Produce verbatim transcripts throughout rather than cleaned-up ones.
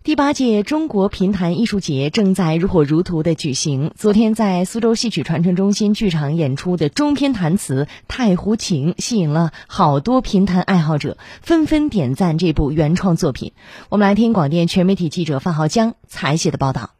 第八届中国评弹艺术节正在如火如荼地举行。昨天在苏州戏曲传承中心剧场演出的中篇弹词《太湖情》吸引了好多评弹爱好者，纷纷点赞这部原创作品。我们来听广电全媒体记者范浩江采写的报道。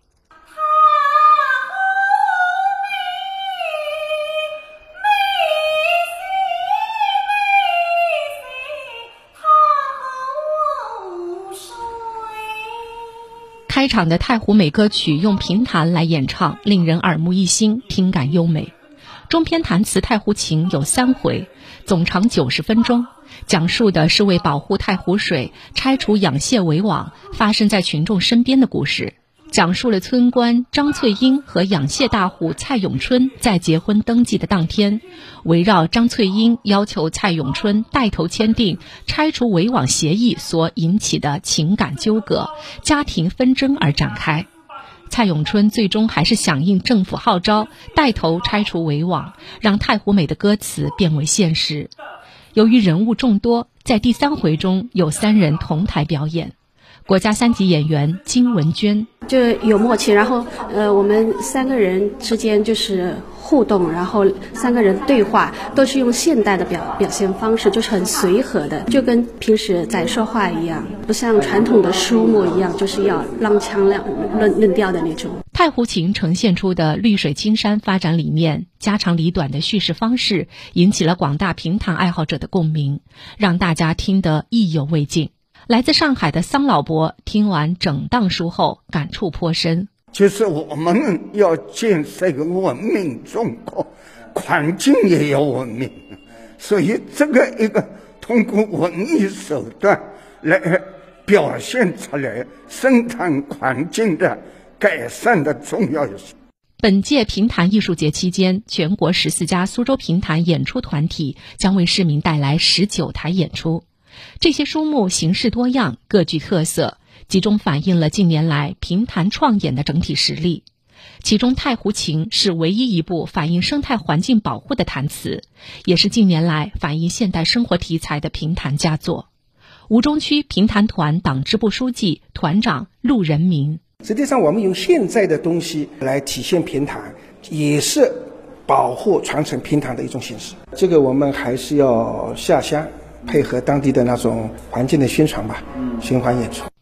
开场的太湖美歌曲用评弹来演唱，令人耳目一新，听感优美。中篇弹词《太湖情》有三回，总长九十分钟，讲述的是为保护太湖水、拆除养蟹围网发生在群众身边的故事，讲述了村官张翠英和养蟹大户蔡永春在结婚登记的当天，围绕张翠英要求蔡永春带头签订拆除围网协议所引起的情感纠葛、家庭纷争而展开。蔡永春最终还是响应政府号召，带头拆除围网，让太湖美的歌词变为现实。由于人物众多，在第三回中有三人同台表演。国家三级演员金文娟就有默契，然后呃，我们三个人之间就是互动，然后三个人对话都是用现代的表表现方式，就是很随和的，就跟平时在说话一样，不像传统的书目一样，就是要锵锵亮论论调的那种。 太湖情呈现出的绿水青山发展理念、家长里短的叙事方式，引起了广大评弹爱好者的共鸣，让大家听得意犹未尽。来自上海的桑老伯听完整档书后感触颇深。 就是我们要建设一个文明中国，环境也要文明，所以这个一个通过文艺手段来表现出来生态环境的改善的重要性。 本届评弹艺术节期间，全国十四家苏州评弹演出团体将为市民带来十九台演出。这些书目形式多样，各具特色，集中反映了近年来评弹创演的整体实力。其中《太湖情》是唯一一部反映生态环境保护的弹词，也是近年来反映现代生活题材的评弹佳作。吴中区评弹团党支部书记、团长陆仁明： 实际上我们用现在的东西来体现评弹，也是保护传承评弹的一种形式。这个我们还是要下乡配合当地的那种环境的宣传吧，循环演出。